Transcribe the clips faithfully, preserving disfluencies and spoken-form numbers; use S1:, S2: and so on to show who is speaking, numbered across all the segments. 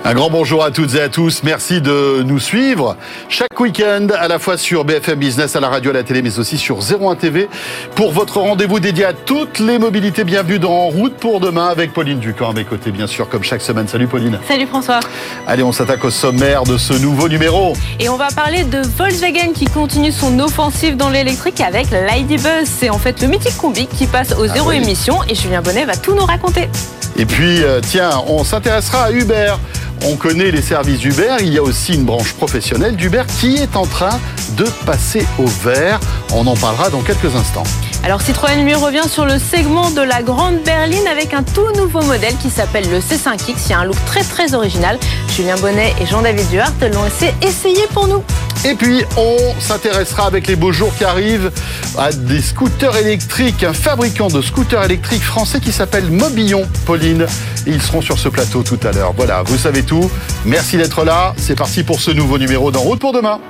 S1: Un grand bonjour à toutes et à tous. Merci de nous suivre chaque week-end, à la fois sur B F M Business, à la radio, à la télé, mais aussi sur zéro un T V pour votre rendez-vous dédié à toutes les mobilités. Bienvenue dans En route pour demain avec Pauline Ducamp à mes côtés, bien sûr, comme chaque semaine. Salut Pauline.
S2: Salut François.
S1: Allez, on s'attaque au sommaire de ce nouveau numéro.
S2: Et on va parler de Volkswagen qui continue son offensive dans l'électrique avec l'I D Buzz. C'est en fait le mythique combi qui passe au zéro ah oui. émission et Julien Bonnet va tout nous raconter.
S1: Et puis, euh, tiens, on s'intéressera à Uber. On connaît les services d'Uber, il y a aussi une branche professionnelle d'Uber qui est en train de passer au vert. On en parlera dans quelques instants.
S2: Alors Citroën lui revient sur le segment de la grande berline avec un tout nouveau modèle qui s'appelle le C cinq X. Il y a un look très très original. Julien Bonnet et Jean-David Duhart l'ont essayé pour nous.
S1: Et puis, on s'intéressera avec les beaux jours qui arrivent à des scooters électriques, un fabricant de scooters électriques français qui s'appelle Mobillon, Pauline. Ils seront sur ce plateau tout à l'heure. Voilà, vous savez tout. Merci d'être là. C'est parti pour ce nouveau numéro d'En route pour demain.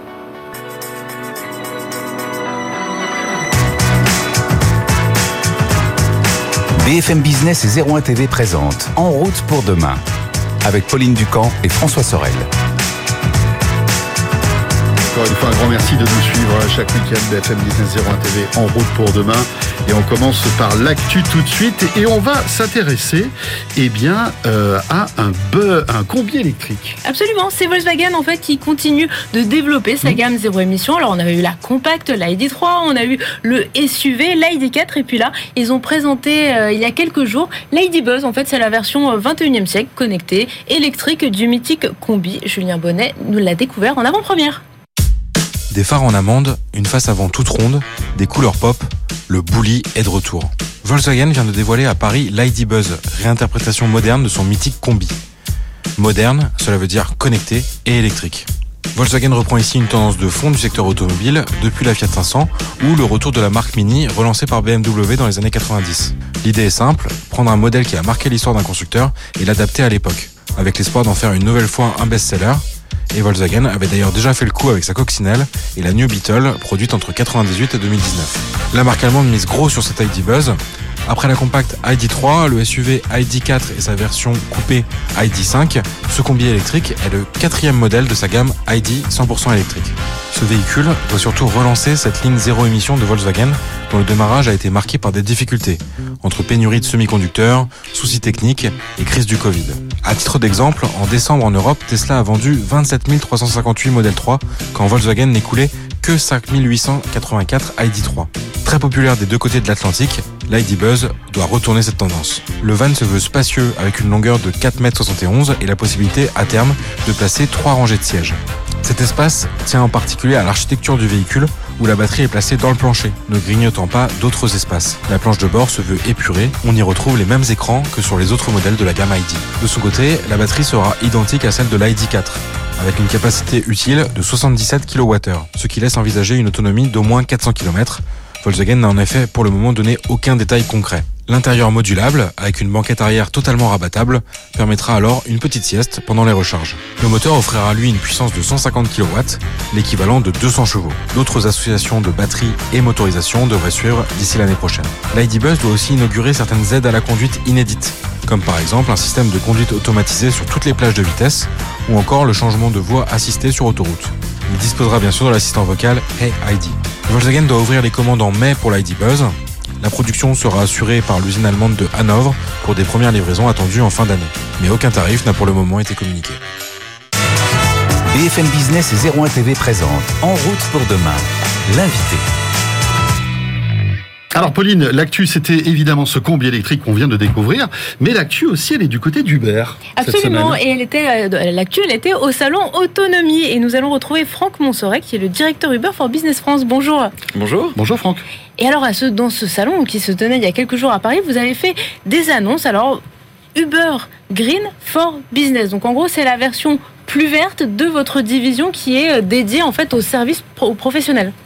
S3: B F M Business et zéro un T V présente En route pour demain avec Pauline Ducamp et François Sorel.
S1: Encore une fois, un grand merci de nous suivre chaque week-end. B F M Business zéro un T V en route pour demain. Et on commence par l'actu tout de suite. Et on va s'intéresser eh bien, euh, à un, be- un combi électrique.
S2: Absolument. C'est Volkswagen en fait, qui continue de développer sa gamme zéro émission. Alors, on avait eu la compacte, l'I D trois, on a eu le S U V, l'I D quatre. Et puis là, ils ont présenté euh, il y a quelques jours l'I D Buzz. En fait, c'est la version vingt et unième siècle connectée, électrique du mythique combi. Julien Bonnet nous l'a découvert en avant-première.
S4: Des phares en amande, une face avant toute ronde, des couleurs pop, le bully est de retour. Volkswagen vient de dévoiler à Paris l'I D Buzz, réinterprétation moderne de son mythique combi. Moderne, cela veut dire connecté et électrique. Volkswagen reprend ici une tendance de fond du secteur automobile depuis la Fiat cinq cents ou le retour de la marque Mini relancée par B M W dans les années quatre-vingt-dix. L'idée est simple, prendre un modèle qui a marqué l'histoire d'un constructeur et l'adapter à l'époque, avec l'espoir d'en faire une nouvelle fois un best-seller. Et Volkswagen avait d'ailleurs déjà fait le coup avec sa coccinelle et la New Beetle, produite entre quatre-vingt-dix-huit et deux mille dix-neuf. La marque allemande mise gros sur cet I D Buzz. Après la compacte I D trois, le S U V I D quatre et sa version coupée I D cinq, ce combi électrique est le quatrième modèle de sa gamme I D cent pour cent électrique. Ce véhicule doit surtout relancer cette ligne zéro émission de Volkswagen dont le démarrage a été marqué par des difficultés, entre pénurie de semi-conducteurs, soucis techniques et crise du Covid. À titre d'exemple, en décembre en Europe, Tesla a vendu vingt-sept mille trois cent cinquante-huit Model trois quand Volkswagen n'écoulait que cinq mille huit cent quatre-vingt-quatre I D trois. Très populaire des deux côtés de l'Atlantique, l'I D Buzz doit retourner cette tendance. Le van se veut spacieux avec une longueur de quatre mètres soixante et onze et la possibilité à terme de placer trois rangées de sièges. Cet espace tient en particulier à l'architecture du véhicule où la batterie est placée dans le plancher, ne grignotant pas d'autres espaces. La planche de bord se veut épurée, on y retrouve les mêmes écrans que sur les autres modèles de la gamme I D. De son côté, la batterie sera identique à celle de l'I D quatre, avec une capacité utile de soixante-dix-sept kilowattheures, ce qui laisse envisager une autonomie d'au moins quatre cents kilomètres. Volkswagen n'a en effet pour le moment donné aucun détail concret. L'intérieur modulable, avec une banquette arrière totalement rabattable, permettra alors une petite sieste pendant les recharges. Le moteur offrira lui une puissance de cent cinquante kilowatts, l'équivalent de deux cents chevaux. D'autres associations de batterie et motorisation devraient suivre d'ici l'année prochaine. L'I D Buzz doit aussi inaugurer certaines aides à la conduite inédites, comme par exemple un système de conduite automatisé sur toutes les plages de vitesse, ou encore le changement de voie assistée sur autoroute. Il disposera bien sûr de l'assistant vocal Hey I D. Volkswagen doit ouvrir les commandes en mai pour l'I D Buzz. La production sera assurée par l'usine allemande de Hanovre pour des premières livraisons attendues en fin d'année. Mais aucun tarif n'a pour le moment été communiqué.
S3: B F M Business et zéro un T V présente En route pour demain, l'invité.
S1: Alors Pauline, l'actu c'était évidemment ce combi électrique qu'on vient de découvrir, mais l'actu aussi elle est du côté d'Uber.
S2: Absolument, et elle était, l'actu elle était au salon Autonomie et nous allons retrouver Franck Monsoret qui est le directeur Uber for Business France. Bonjour.
S5: Bonjour.
S1: Bonjour Franck.
S2: Et alors à ce, dans ce salon qui se tenait il y a quelques jours à Paris, vous avez fait des annonces. Alors Uber Green for Business, donc en gros c'est la version plus verte de votre division qui est dédiée en fait aux services pro- aux professionnels.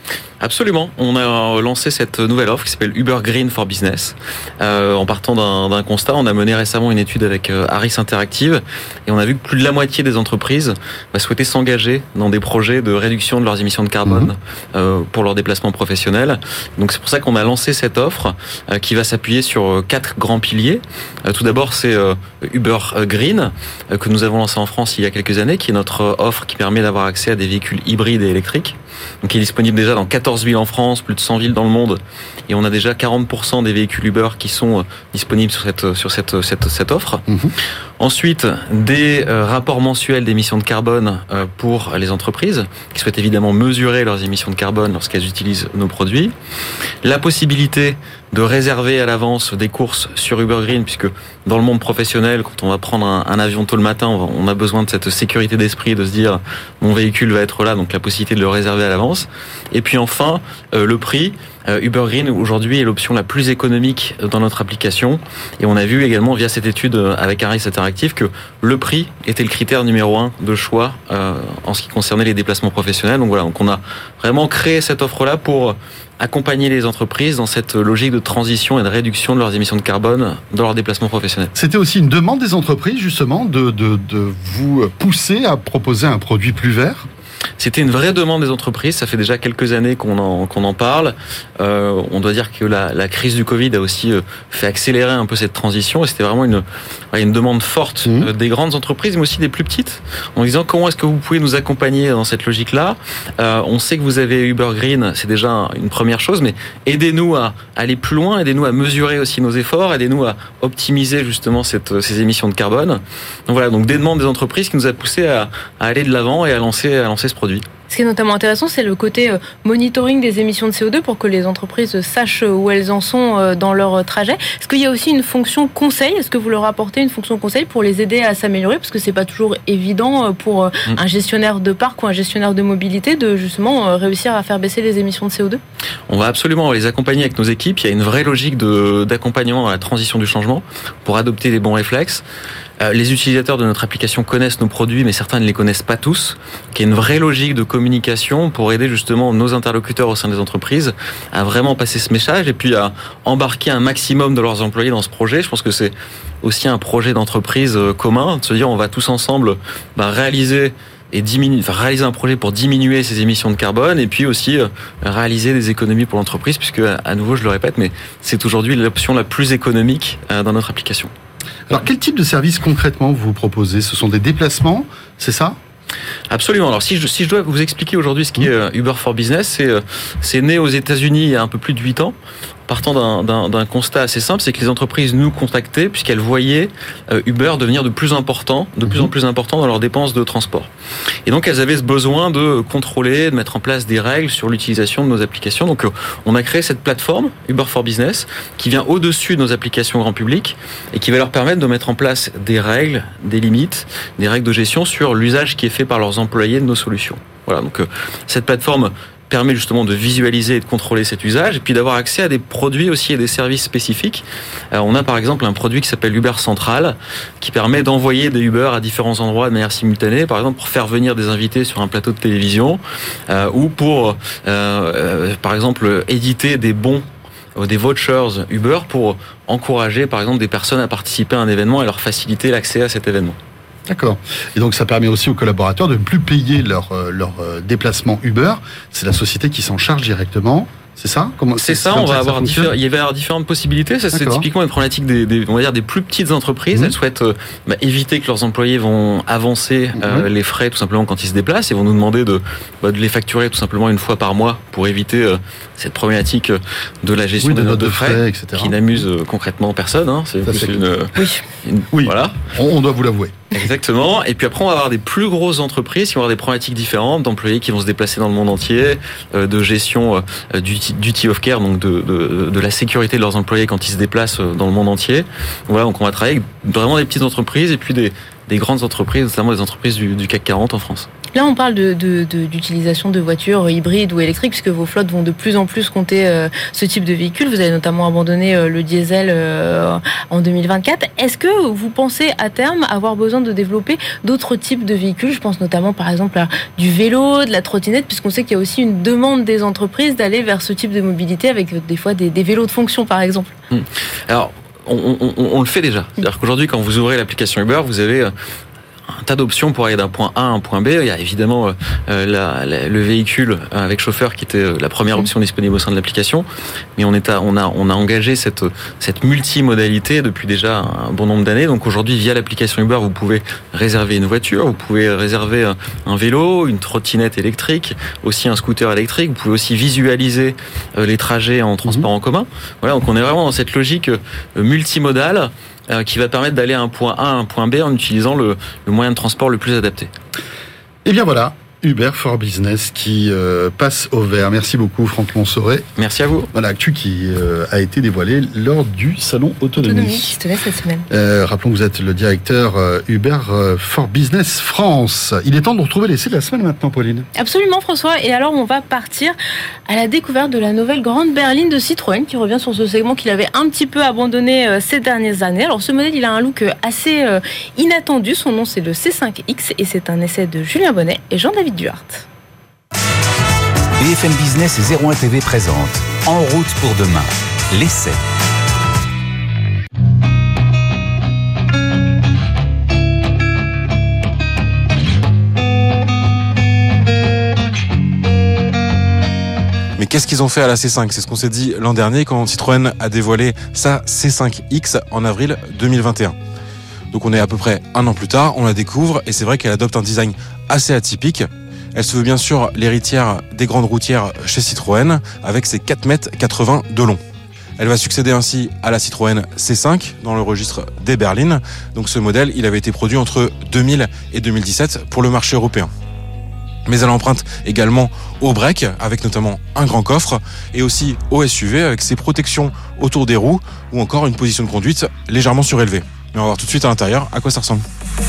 S5: Absolument. On a lancé cette nouvelle offre qui s'appelle Uber Green for Business. Euh, en partant d'un, d'un constat, on a mené récemment une étude avec euh, Harris Interactive et on a vu que plus de la moitié des entreprises bah, souhaitaient s'engager dans des projets de réduction de leurs émissions de carbone mmh. euh, pour leurs déplacements professionnels. Donc c'est pour ça qu'on a lancé cette offre euh, qui va s'appuyer sur euh, quatre grands piliers. Euh, tout d'abord, c'est euh, Uber Green euh, que nous avons lancé en France il y a quelques années, qui est notre euh, offre qui permet d'avoir accès à des véhicules hybrides et électriques. Donc il est disponible déjà dans quatorze villes en France, plus de cent villes dans le monde, et on a déjà quarante pour cent des véhicules Uber qui sont euh, disponibles sur cette sur cette cette, cette offre. Mmh. Ensuite, des euh, rapports mensuels d'émissions de carbone euh, pour les entreprises qui souhaitent évidemment mesurer leurs émissions de carbone lorsqu'elles utilisent nos produits. La possibilité de réserver à l'avance des courses sur Uber Green, puisque dans le monde professionnel, quand on va prendre un, un avion tôt le matin, on a besoin de cette sécurité d'esprit, de se dire mon véhicule va être là, donc la possibilité de le réserver à l'avance. Et puis enfin, euh, le prix. Euh, Uber Green aujourd'hui est l'option la plus économique dans notre application, et on a vu également via cette étude avec Harris Interactive que le prix était le critère numéro un de choix euh, en ce qui concernait les déplacements professionnels. Donc voilà, donc on a vraiment créé cette offre-là pour accompagner les entreprises dans cette logique de transition et de réduction de leurs émissions de carbone dans leurs déplacements professionnels.
S1: C'était aussi une demande des entreprises justement de, de, de vous pousser à proposer un produit plus vert ?
S5: C'était une vraie demande des entreprises. Ça fait déjà quelques années qu'on en, qu'on en parle. Euh, on doit dire que la, la crise du Covid a aussi fait accélérer un peu cette transition. Et c'était vraiment une, une demande forte mmh. des grandes entreprises, mais aussi des plus petites, en disant comment est-ce que vous pouvez nous accompagner dans cette logique-là. Euh, on sait que vous avez Uber Green, c'est déjà une première chose, mais aidez-nous à aller plus loin, aidez-nous à mesurer aussi nos efforts, aidez-nous à optimiser justement cette, ces émissions de carbone. Donc voilà, donc des demandes des entreprises qui nous a poussé à, à aller de l'avant et à lancer, à lancer ce produit.
S2: Ce qui est notamment intéressant, c'est le côté monitoring des émissions de C O deux pour que les entreprises sachent où elles en sont dans leur trajet. Est-ce qu'il y a aussi une fonction conseil ? Est-ce que vous leur apportez une fonction conseil pour les aider à s'améliorer ? Parce que c'est pas toujours évident pour un gestionnaire de parc ou un gestionnaire de mobilité de justement réussir à faire baisser les émissions de C O deux.
S5: On va absolument les accompagner avec nos équipes. Il y a une vraie logique de, d'accompagnement à la transition du changement pour adopter les bons réflexes. Les utilisateurs de notre application connaissent nos produits, mais certains ne les connaissent pas tous. Il y a une vraie logique de communication pour aider justement nos interlocuteurs au sein des entreprises à vraiment passer ce message et puis à embarquer un maximum de leurs employés dans ce projet. Je pense que c'est aussi un projet d'entreprise commun, de se dire on va tous ensemble bah, réaliser et diminuer, enfin, réaliser un projet pour diminuer ses émissions de carbone et puis aussi euh, réaliser des économies pour l'entreprise, puisque à nouveau je le répète, mais c'est aujourd'hui l'option la plus économique euh, dans notre application.
S1: Alors, quel type de service concrètement vous proposez ? Ce sont des déplacements, c'est ça ?
S5: Absolument. Alors, si je, si je dois vous expliquer aujourd'hui ce qu'est euh, Uber for Business, c'est, euh, c'est né aux États-Unis il y a un peu plus de huit ans. Partant d'un, d'un, d'un constat assez simple, c'est que les entreprises nous contactaient puisqu'elles voyaient euh, Uber devenir de plus important, de plus en plus important dans leurs dépenses de transport. Et donc, elles avaient ce besoin de contrôler, de mettre en place des règles sur l'utilisation de nos applications. Donc, euh, on a créé cette plateforme Uber for Business qui vient au-dessus de nos applications grand public et qui va leur permettre de mettre en place des règles, des limites, des règles de gestion sur l'usage qui est fait par leurs employés de nos solutions. Voilà. Donc, euh, cette plateforme permet justement de visualiser et de contrôler cet usage et puis d'avoir accès à des produits aussi et des services spécifiques. Alors, on a par exemple un produit qui s'appelle Uber Central qui permet d'envoyer des Uber à différents endroits de manière simultanée, par exemple pour faire venir des invités sur un plateau de télévision euh, ou pour euh, euh, par exemple éditer des bons ou des vouchers Uber pour encourager par exemple des personnes à participer à un événement et leur faciliter l'accès à cet événement.
S1: D'accord. Et donc ça permet aussi aux collaborateurs de ne plus payer leur, leur déplacement Uber. C'est la société qui s'en charge directement. C'est ça ? Comment,
S5: c'est, c'est ça, on va avoir diffé- il va y avoir différentes possibilités. Ça, c'est typiquement une problématique des, des, on va dire des plus petites entreprises. Mmh. Elles souhaitent euh, bah, éviter que leurs employés vont avancer euh, mmh. les frais tout simplement quand ils se déplacent et vont nous demander de, bah, de les facturer tout simplement une fois par mois pour éviter euh, cette problématique de la gestion oui, des notes de frais, frais et cetera qui n'amuse euh, concrètement personne. Hein. C'est, c'est une, euh,
S2: oui.
S5: une,
S1: oui.
S5: Voilà.
S1: On, on doit vous l'avouer.
S5: Exactement. Et puis après, on va avoir des plus grosses entreprises qui vont avoir des problématiques différentes, d'employés qui vont se déplacer dans le monde entier, euh, de gestion euh, du duty of care, donc de, de, de la sécurité de leurs employés quand ils se déplacent dans le monde entier. Voilà, donc on va travailler avec vraiment des petites entreprises et puis des, des grandes entreprises, notamment des entreprises du, du C A C quarante en France.
S2: Là, on parle de, de, de, d'utilisation de voitures hybrides ou électriques, puisque vos flottes vont de plus en plus compter euh, ce type de véhicules. Vous avez notamment abandonné euh, le diesel euh, en deux mille vingt-quatre. Est-ce que vous pensez à terme avoir besoin de développer d'autres types de véhicules ? Je pense notamment, par exemple, à du vélo, de la trottinette, puisqu'on sait qu'il y a aussi une demande des entreprises d'aller vers ce type de mobilité avec euh, des fois des, des vélos de fonction, par exemple.
S5: Mmh. Alors, on, on, on, on le fait déjà. C'est-à-dire qu'aujourd'hui, quand vous ouvrez l'application Uber, vous avez euh, un tas d'options pour aller d'un point A à un point B. Il y a évidemment euh, la, la, le véhicule avec chauffeur qui était la première option disponible au sein de l'application. Mais on, est à, on, a, on a engagé cette, cette multimodalité depuis déjà un bon nombre d'années. Donc aujourd'hui, via l'application Uber, vous pouvez réserver une voiture, vous pouvez réserver un, un vélo, une trottinette électrique, aussi un scooter électrique. Vous pouvez aussi visualiser euh, les trajets en transport mmh. en commun. Voilà, donc on est vraiment dans cette logique euh, multimodale Euh, qui va permettre d'aller à un point A à un point B en utilisant le, le moyen de transport le plus adapté.
S1: Et bien voilà, Uber for Business qui euh, passe au vert. Merci beaucoup Franck Monsoret.
S5: Merci à vous.
S1: Voilà, l'actu qui euh, a été dévoilée lors du salon Autonomie.
S2: Autonomie qui se tenait cette semaine.
S1: Euh, rappelons que vous êtes le directeur euh, Uber euh, for Business France. Il est temps de retrouver l'essai de la semaine maintenant, Pauline.
S2: Absolument François. Et alors on va partir à la découverte de la nouvelle grande berline de Citroën qui revient sur ce segment qu'il avait un petit peu abandonné euh, ces dernières années. Alors ce modèle il a un look assez euh, inattendu. Son nom c'est le C cinq X et c'est un essai de Julien Bonnet et Jean-David Duhart.
S3: B F M Business et zéro un T V présente En route pour demain, l'essai.
S4: Mais qu'est-ce qu'ils ont fait à la C cinq ? C'est ce qu'on s'est dit l'an dernier quand Citroën a dévoilé sa C cinq X en avril deux mille vingt et un. Donc on est à peu près un an plus tard, on la découvre et c'est vrai qu'elle adopte un design assez atypique. Elle se veut bien sûr l'héritière des grandes routières chez Citroën avec ses quatre mètres quatre-vingts de long. Elle va succéder ainsi à la Citroën C cinq dans le registre des berlines. Donc ce modèle, il avait été produit entre deux mille et deux mille dix-sept pour le marché européen. Mais elle emprunte également au break avec notamment un grand coffre et aussi au S U V avec ses protections autour des roues ou encore une position de conduite légèrement surélevée. Mais on va voir tout de suite à l'intérieur à quoi ça ressemble.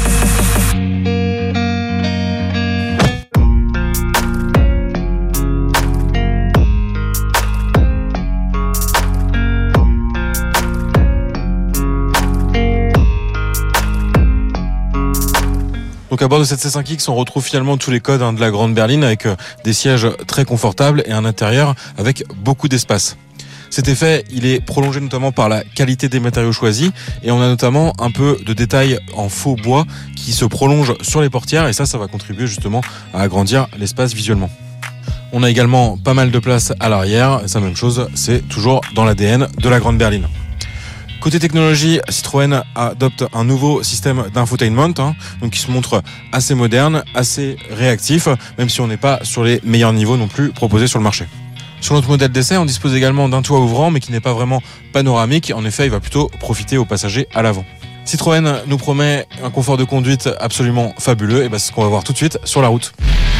S4: Donc à bord de cette C cinq X, on retrouve finalement tous les codes hein, de la grande berline avec euh, des sièges très confortables et un intérieur avec beaucoup d'espace. Cet effet, il est prolongé notamment par la qualité des matériaux choisis et on a notamment un peu de détails en faux bois qui se prolongent sur les portières et ça, ça va contribuer justement à agrandir l'espace visuellement. On a également pas mal de place à l'arrière et ça, même chose, c'est toujours dans l'A D N de la grande berline. Côté technologie, Citroën adopte un nouveau système d'infotainment, hein, donc qui se montre assez moderne, assez réactif, même si on n'est pas sur les meilleurs niveaux non plus proposés sur le marché. Sur notre modèle d'essai, on dispose également d'un toit ouvrant, mais qui n'est pas vraiment panoramique. En effet, il va plutôt profiter aux passagers à l'avant. Citroën nous promet un confort de conduite absolument fabuleux, et ben c'est ce qu'on va voir tout de suite sur la route.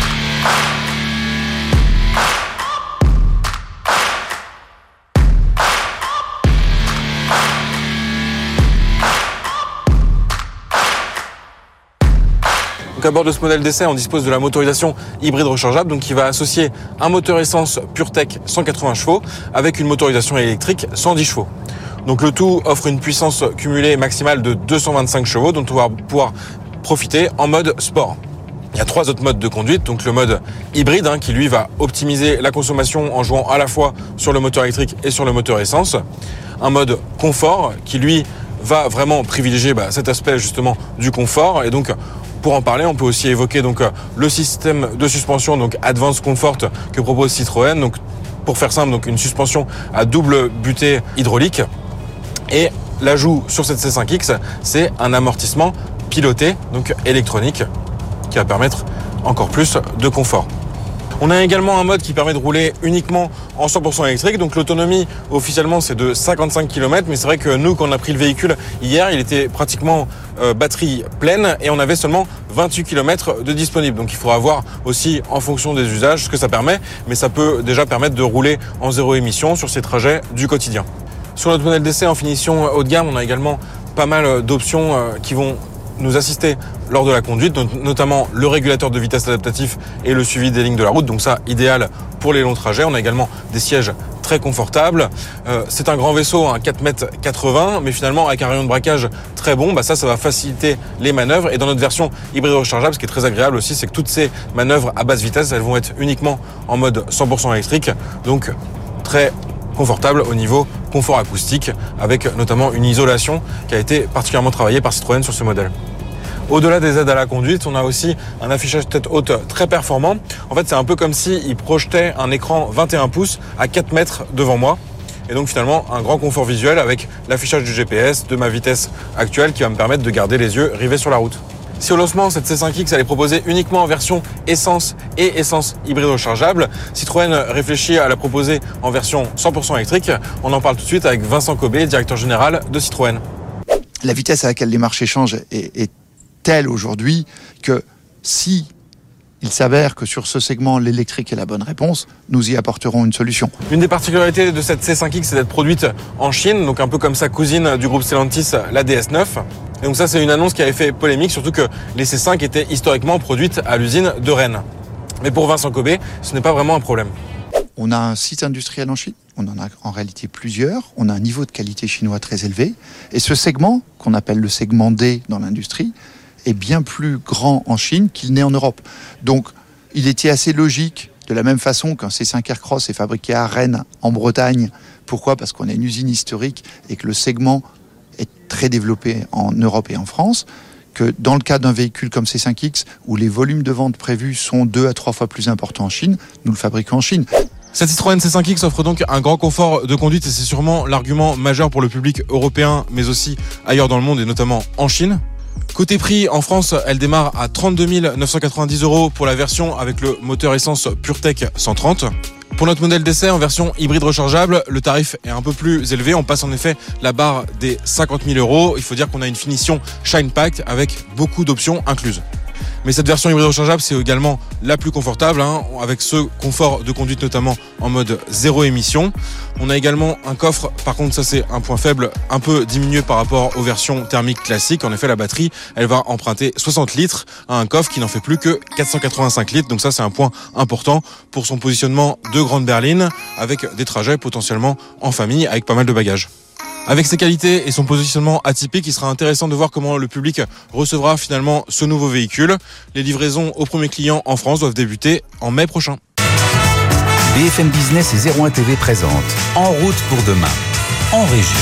S4: À bord de ce modèle d'essai, on dispose de la motorisation hybride rechargeable, donc qui va associer un moteur essence PureTech cent quatre-vingts chevaux avec une motorisation électrique cent dix chevaux. Donc le tout offre une puissance cumulée maximale de deux cent vingt-cinq chevaux, dont on va pouvoir profiter en mode sport. Il y a trois autres modes de conduite, donc le mode hybride hein, qui lui va optimiser la consommation en jouant à la fois sur le moteur électrique et sur le moteur essence. Un mode confort qui lui va vraiment privilégier bah, cet aspect justement du confort et donc pour en parler, on peut aussi évoquer donc le système de suspension donc Advanced Comfort que propose Citroën. Donc pour faire simple, donc une suspension à double butée hydraulique et l'ajout sur cette C cinq X, c'est un amortissement piloté donc électronique qui va permettre encore plus de confort. On a également un mode qui permet de rouler uniquement en cent pour cent électrique. Donc l'autonomie officiellement c'est de cinquante-cinq kilomètres, mais c'est vrai que nous quand on a pris le véhicule hier, il était pratiquement euh, batterie pleine et on avait seulement vingt-huit kilomètres de disponible. Donc il faudra voir aussi en fonction des usages ce que ça permet, mais ça peut déjà permettre de rouler en zéro émission sur ces trajets du quotidien. Sur notre modèle d'essai en finition haut de gamme, on a également pas mal d'options euh, qui vont nous assister lors de la conduite, notamment le régulateur de vitesse adaptatif et le suivi des lignes de la route. Donc ça, idéal pour les longs trajets. On a également des sièges très confortables. Euh, c'est un grand vaisseau, un quatre mètres quatre-vingts, mais finalement avec un rayon de braquage très bon, bah ça, ça va faciliter les manœuvres. Et dans notre version hybride rechargeable, ce qui est très agréable aussi, c'est que toutes ces manœuvres à basse vitesse, elles vont être uniquement en mode cent pour cent électrique. Donc très confortable au niveau confort acoustique, avec notamment une isolation qui a été particulièrement travaillée par Citroën sur ce modèle. Au-delà des aides à la conduite, on a aussi un affichage tête haute très performant. En fait, c'est un peu comme s'il projetait un écran vingt et un pouces à quatre mètres devant moi. Et donc finalement, un grand confort visuel avec l'affichage du G P S, de ma vitesse actuelle qui va me permettre de garder les yeux rivés sur la route. Si au lancement, cette C cinq X elle est proposée uniquement en version essence et essence hybride rechargeable, Citroën réfléchit à la proposer en version cent pour cent électrique. On en parle tout de suite avec Vincent Cobé, directeur général de Citroën.
S6: La vitesse à laquelle les marchés changent est, est telle aujourd'hui que si il s'avère que sur ce segment, l'électrique est la bonne réponse, nous y apporterons une solution.
S4: Une des particularités de cette C cinq X, c'est d'être produite en Chine, donc un peu comme sa cousine du groupe Stellantis, la D S neuf. Et donc ça, c'est une annonce qui avait fait polémique, surtout que les C cinq étaient historiquement produites à l'usine de Rennes. Mais pour Vincent Cobé, ce n'est pas vraiment un problème.
S6: On a un site industriel en Chine, on en a en réalité plusieurs, on a un niveau de qualité chinois très élevé, et ce segment, qu'on appelle le segment D dans l'industrie, est bien plus grand en Chine qu'il n'est en Europe. Donc, il était assez logique, de la même façon qu'un C cinq Aircross est fabriqué à Rennes, en Bretagne. Pourquoi ? Parce qu'on a une usine historique et que le segment est très développé en Europe et en France, que dans le cas d'un véhicule comme C cinq X, où les volumes de vente prévus sont deux à trois fois plus importants en Chine, nous le fabriquons en Chine.
S4: Cette Citroën C cinq X offre donc un grand confort de conduite et c'est sûrement l'argument majeur pour le public européen, mais aussi ailleurs dans le monde et notamment en Chine. Côté prix, en France, elle démarre à trente-deux mille neuf cent quatre-vingt-dix euros pour la version avec le moteur essence PureTech cent trente. Pour notre modèle d'essai en version hybride rechargeable, le tarif est un peu plus élevé. On passe en effet la barre des cinquante mille euros. Il faut dire qu'on a une finition Shine Packed avec beaucoup d'options incluses. Mais cette version hybride rechargeable, c'est également la plus confortable, hein, avec ce confort de conduite notamment en mode zéro émission. On a également un coffre, par contre ça c'est un point faible, un peu diminué par rapport aux versions thermiques classiques. En effet, la batterie, elle va emprunter soixante litres à un coffre qui n'en fait plus que quatre cent quatre-vingt-cinq litres. Donc ça c'est un point important pour son positionnement de grande berline, avec des trajets potentiellement en famille, avec pas mal de bagages. Avec ses qualités et son positionnement atypique, il sera intéressant de voir comment le public recevra finalement ce nouveau véhicule. Les livraisons aux premiers clients en France doivent débuter en mai prochain.
S3: B F M Business et zéro un T V présente En route pour demain, en région.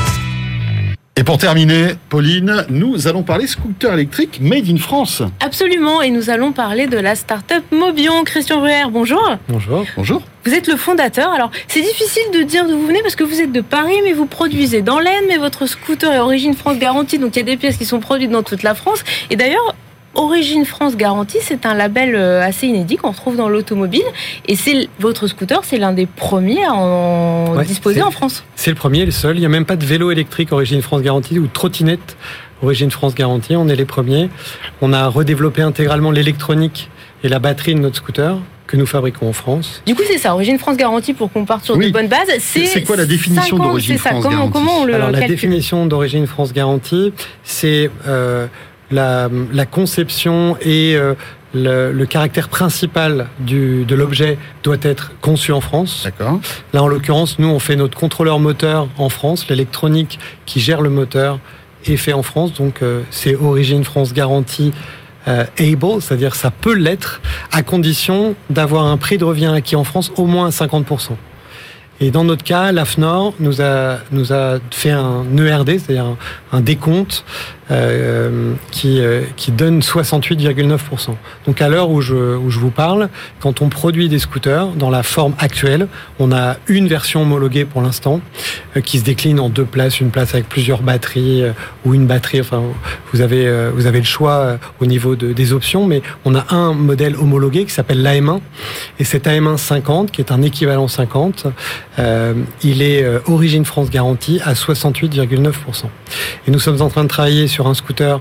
S1: Et pour terminer, Pauline, nous allons parler scooter électrique made in France.
S2: Absolument, et nous allons parler de la start-up Mobion. Christian Ruher, bonjour.
S1: Bonjour. Bonjour.
S2: Vous êtes le fondateur. Alors, c'est difficile de dire d'où vous venez parce que vous êtes de Paris, mais vous produisez dans l'Aisne, mais votre scooter est Origine France Garantie, donc il y a des pièces qui sont produites dans toute la France. Et d'ailleurs, Origine France Garantie, c'est un label assez inédit qu'on retrouve dans l'automobile. Et c'est votre scooter, c'est l'un des premiers à en ouais, disposer en France.
S7: C'est le premier, le seul. Il n'y a même pas de vélo électrique Origine France Garantie ou de trottinette Origine France Garantie. On est les premiers. On a redéveloppé intégralement l'électronique et la batterie de notre scooter que nous fabriquons en France.
S2: Du coup, c'est ça, Origine France Garantie, pour qu'on parte sur oui. de bonnes bases.
S1: C'est, c'est quoi la définition d'Origine France
S2: comment,
S1: Garantie
S2: comment on le
S7: Alors,
S2: calcule ?
S7: La définition d'Origine France Garantie, c'est euh, la, la conception et euh, le, le caractère principal du, de l'objet doit être conçu en France.
S1: D'accord.
S7: Là, en l'occurrence, nous, on fait notre contrôleur moteur en France. L'électronique qui gère le moteur est fait en France. Donc, euh, c'est Origine France Garantie Euh, able, c'est-à-dire ça peut l'être à condition d'avoir un prix de revient acquis en France au moins à cinquante pour cent. Et dans notre cas, l'A F N O R nous a, nous a fait un E R D, c'est-à-dire un, un décompte euh, qui, euh, qui donne soixante-huit virgule neuf pour cent. Donc à l'heure où je, où je vous parle, quand on produit des scooters dans la forme actuelle, on a une version homologuée pour l'instant euh, qui se décline en deux places, une place avec plusieurs batteries euh, ou une batterie. Enfin, vous avez, euh, vous avez le choix euh, au niveau de, des options, mais on a un modèle homologué qui s'appelle l'A M un. Et cet A M un cinquante, qui est un équivalent cinquante, Euh, il est euh, Origine France Garantie à soixante-huit virgule neuf pour cent. Et nous sommes en train de travailler sur un scooter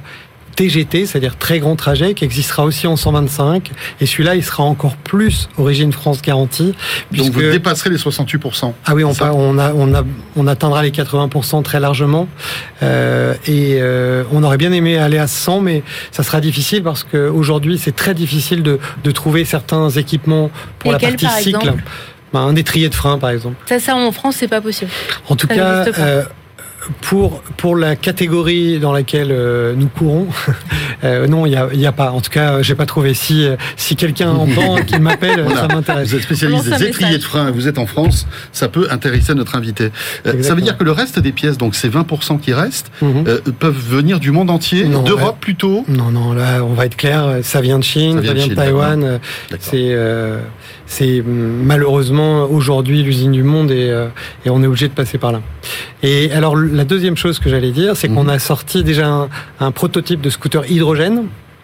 S7: T G T, c'est-à-dire très grand trajet, qui existera aussi en cent vingt-cinq. Et celui-là, il sera encore plus Origine France garantie.
S1: Donc vous dépasserez les soixante-huit pour cent.
S7: Ah oui, on, pa- on, a, on, a, on atteindra les quatre-vingts pour cent très largement. Euh, et euh, on aurait bien aimé aller à cent, mais ça sera difficile parce qu'aujourd'hui, c'est très difficile de, de trouver certains équipements pour
S2: Lesquels,
S7: la partie
S2: par
S7: cycle.
S2: exemple
S7: Ben, un étrier de frein, par exemple.
S2: Ça, ça en France, c'est pas possible.
S7: En tout
S2: Ça
S7: cas,
S2: n'existe pas.
S7: euh, pour pour la catégorie dans laquelle euh, nous courons, euh, non, il y a il y a pas. En tout cas, j'ai pas trouvé. Si si quelqu'un entend, qu'il m'appelle,
S1: Voilà.
S7: ça m'intéresse.
S1: Vous êtes spécialiste
S2: Lance un
S1: des étriers
S2: message.
S1: de frein, vous êtes en France, ça peut intéresser notre invité. Euh, ça veut
S7: Exactement.
S1: dire que le reste des pièces, donc ces vingt pour cent qui restent,
S7: Mhm.
S1: euh, peuvent venir du monde entier,
S7: Non,
S1: d'Europe
S7: ouais.
S1: plutôt.
S7: Non, non, là, on va être clair. Ça vient de Chine,
S1: Ça
S7: ça
S1: vient
S7: vient,
S1: de
S7: de,
S1: Chine,
S7: Taïwan.
S1: D'accord.
S7: C'est euh, c'est malheureusement aujourd'hui l'usine du monde et, euh, et on est obligé de passer par là. Et alors la deuxième chose que j'allais dire, c'est
S1: Mhm.
S7: qu'on a sorti déjà un, un prototype de scooter hydrogène.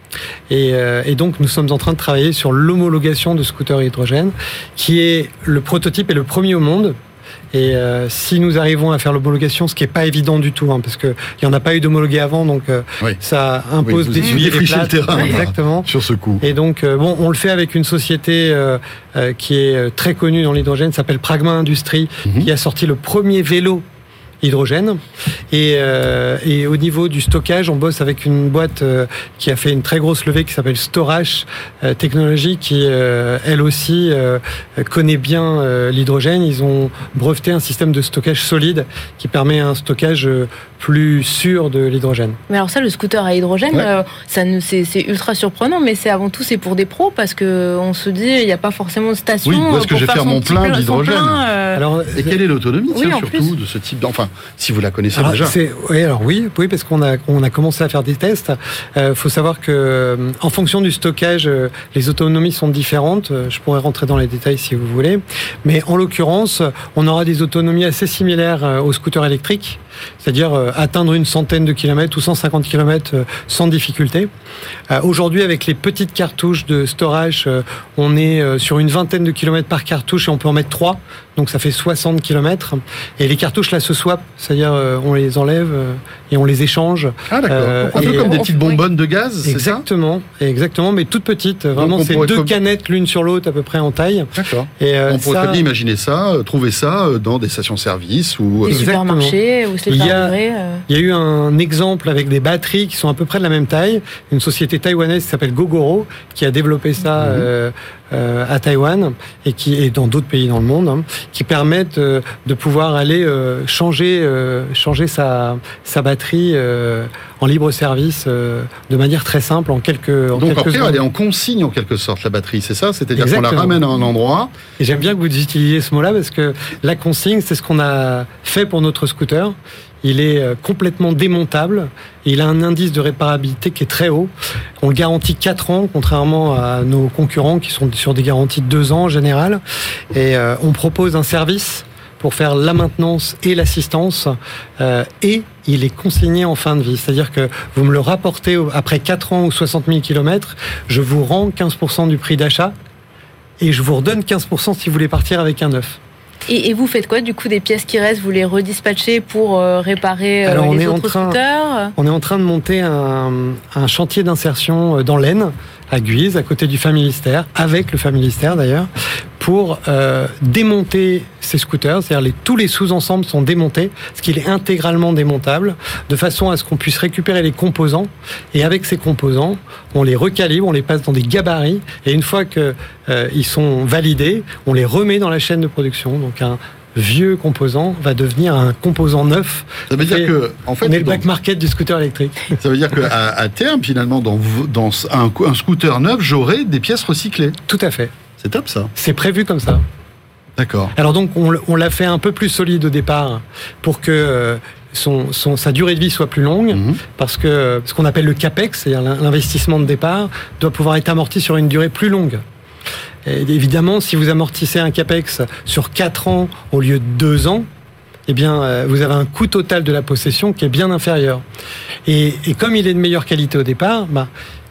S7: Et, euh, et donc nous sommes en train de travailler sur l'homologation de scooters hydrogène, qui est le prototype est le premier au monde. Et euh, si nous arrivons à faire l'homologation, ce qui est pas évident du tout, hein, parce que il y en a pas eu d'homologué avant, donc euh,
S1: Oui.
S7: ça impose
S1: Oui, vous-
S7: d'essuyer
S1: vous
S7: les
S1: défrichez
S7: plates.
S1: le terrain,
S7: Exactement.
S1: Sur ce coup.
S7: Et donc, euh, bon, on le fait avec une société euh, euh, qui est euh, très connue dans l'hydrogène, s'appelle Pragma Industries,
S1: Mhm.
S7: qui a sorti le premier vélo hydrogène. Et, euh, et au niveau du stockage, on bosse avec une boîte euh, qui a fait une très grosse levée qui s'appelle Storage euh, Technologies, qui euh, elle aussi euh, connaît bien euh, l'hydrogène. Ils ont breveté un système de stockage solide qui permet un stockage euh, plus sûr de l'hydrogène.
S2: Mais alors ça, le scooter à hydrogène,
S1: Ouais.
S2: euh, ça nous, c'est, c'est ultra surprenant, mais c'est avant tout c'est pour des pros parce que on se dit il n'y a pas forcément de station.
S1: Oui, où est-ce que
S2: pour
S1: je vais faire
S2: son
S1: mon
S2: petit
S1: plein
S2: son
S1: d'hydrogène
S2: plein, euh,
S7: Alors,
S1: Et quelle est l'autonomie,
S2: Oui,
S1: tiens,
S2: en
S1: surtout,
S2: plus.
S1: de ce type d'enfant, si vous la connaissez
S7: Alors,
S1: déjà.
S7: c'est- oui, alors oui, oui, parce qu'on a on a commencé à faire des tests. Euh, faut savoir que euh, en fonction du stockage, euh, les autonomies sont différentes. Euh, Je pourrais rentrer dans les détails si vous voulez, mais en l'occurrence, on aura des autonomies assez similaires euh, aux scooters électriques, c'est-à-dire euh, atteindre une centaine de kilomètres ou cent cinquante kilomètres euh, sans difficulté. Euh, Aujourd'hui, avec les petites cartouches de storage, euh, on est euh, sur une vingtaine de kilomètres par cartouche et on peut en mettre trois. Donc ça fait soixante kilomètres. Et les cartouches là se swap, c'est-à-dire euh, on les enlève euh, et on les échange.
S1: Ah d'accord.
S7: Euh,
S1: Un peu
S7: et-
S1: comme des
S2: on-
S1: petites
S2: oui.
S1: bonbonnes de gaz, c'est ça?
S7: Exactement, exactement, mais toutes petites. Vraiment,
S1: on
S7: c'est
S1: pourrait
S7: deux
S1: comme-
S7: canettes l'une sur l'autre à peu près en taille.
S1: D'accord.
S7: Et euh,
S1: On pourrait
S7: ça,
S1: très bien imaginer ça, euh, trouver ça euh, dans des stations-service ou... euh,
S2: des
S7: Exactement.
S2: supermarchés où se les
S7: Il y
S2: faire
S7: a-
S2: livrer, euh.
S7: il y a eu un exemple avec des batteries qui sont à peu près de la même taille. Une société taïwanaise qui s'appelle Gogoro qui a développé ça
S1: Mhm.
S7: euh, euh, à Taïwan et qui est dans d'autres pays dans le monde, hein, qui permettent euh, de pouvoir aller euh, changer euh, changer sa sa batterie euh, en libre service euh, de manière très simple en quelques en
S1: Donc
S7: quelques
S1: après,
S7: secondes.
S1: elle est en consigne en quelque sorte, la batterie, c'est ça? C'est-à-dire qu'on la
S7: Exactement.
S1: ramène à un endroit.
S7: Et j'aime bien que vous utilisiez ce mot-là parce que la consigne, c'est ce qu'on a fait pour notre scooter. Il est euh, complètement démontable. Et il a un indice de réparabilité qui est très haut. On le garantit quatre ans, contrairement à nos concurrents qui sont sur des garanties de deux ans en général. Et euh, on propose un service pour faire la maintenance et l'assistance. Euh, et il est consigné en fin de vie. C'est-à-dire que vous me le rapportez au- après quatre ans ou soixante mille kilomètres, je vous rends quinze pour cent du prix d'achat. Et je vous redonne quinze pour cent si vous voulez partir avec un neuf.
S2: Et, et vous faites quoi du coup des pièces qui restent? Vous les redispatchez pour euh, réparer euh,
S7: Alors, on
S2: les
S7: est en
S2: autres
S7: train-
S2: scooters?
S7: On est en train de monter un, un chantier d'insertion dans l'Aisne, à Guise, à côté du Familistère, avec le Familistère d'ailleurs, pour euh, démonter ces scooters, c'est-à-dire les, tous les sous-ensembles sont démontés, ce qui est intégralement démontable, de façon à ce qu'on puisse récupérer les composants, et avec ces composants, on les recalibre, on les passe dans des gabarits, et une fois que euh, ils sont validés, on les remet dans la chaîne de production. Donc un vieux composant va devenir un composant neuf.
S1: Ça veut dire
S7: Et
S1: que, en fait,
S7: on est le
S1: dans-
S7: black market du scooter électrique.
S1: ça veut dire qu'à à terme, finalement, dans, v- dans un, un scooter neuf, j'aurai des pièces recyclées.
S7: Tout à fait.
S1: C'est top ça.
S7: C'est prévu comme ça.
S1: D'accord.
S7: Alors donc on, l- on l'a fait un peu plus solide au départ pour que euh, son, son, sa durée de vie soit plus longue,
S1: Mhm.
S7: parce que euh, ce qu'on appelle le capex, c'est-à-dire l'in- l'investissement de départ, doit pouvoir être amorti sur une durée plus longue. Et évidemment, si vous amortissez un capex sur quatre ans au lieu de deux ans, eh bien, euh, vous avez un coût total de la possession qui est bien inférieur. Et, et comme il est de meilleure qualité au départ, bah,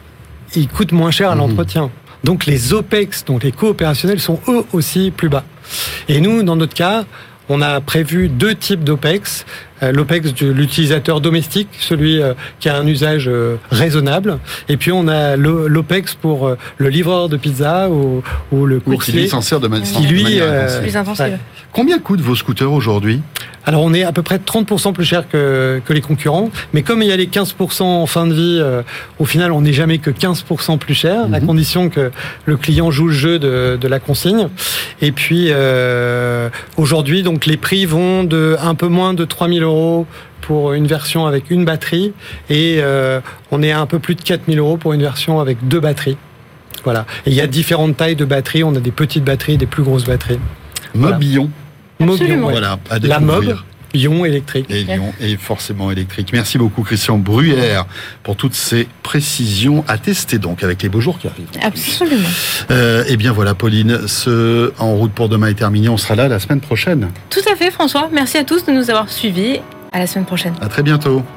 S7: il coûte moins cher à
S1: Mhm.
S7: l'entretien. Donc les OPEX, donc les coûts opérationnels, sont eux aussi plus bas. Et nous, dans notre cas, on a prévu deux types d'OPEX. euh, l'OPEX de l'utilisateur domestique, celui euh, qui a un usage euh, raisonnable. Et puis on a le, l'OPEX pour euh, le livreur de pizza ou, ou le
S1: Oui,
S7: coursier.
S1: qui lui s'en sert de manière,
S7: Qui lui,
S1: de manière
S7: euh,
S1: intensive.
S2: Plus intensive.
S7: Ouais.
S1: Combien coûtent vos scooters aujourd'hui?
S7: Alors on est à peu près trente pour cent plus cher que, que les concurrents, mais comme il y a les quinze pour cent en fin de vie, euh, au final on n'est jamais que quinze pour cent plus cher,
S1: Mhm.
S7: à condition que le client joue le jeu de, de la consigne. Et puis euh, aujourd'hui donc les prix vont de un peu moins de trois mille euros pour une version avec une batterie, et euh, on est à un peu plus de quatre mille euros pour une version avec deux batteries. Voilà. Et il y a différentes tailles de batteries, on a des petites batteries, des plus grosses batteries. Voilà.
S1: Mobillon.
S2: Absolument.
S7: Mobion, ouais.
S1: Voilà, à
S7: La
S1: découvrir.
S7: Mob, Lyon électrique.
S1: Et Lyon est forcément électrique. Merci beaucoup Christian Bruyère pour toutes ces précisions à tester donc avec les beaux jours qui arrivent.
S2: Absolument.
S1: Euh, et bien voilà Pauline, ce En route pour demain est terminé. On sera là la semaine prochaine.
S2: Tout à fait, François. Merci à tous de nous avoir suivis. À la semaine prochaine.
S1: À très bientôt.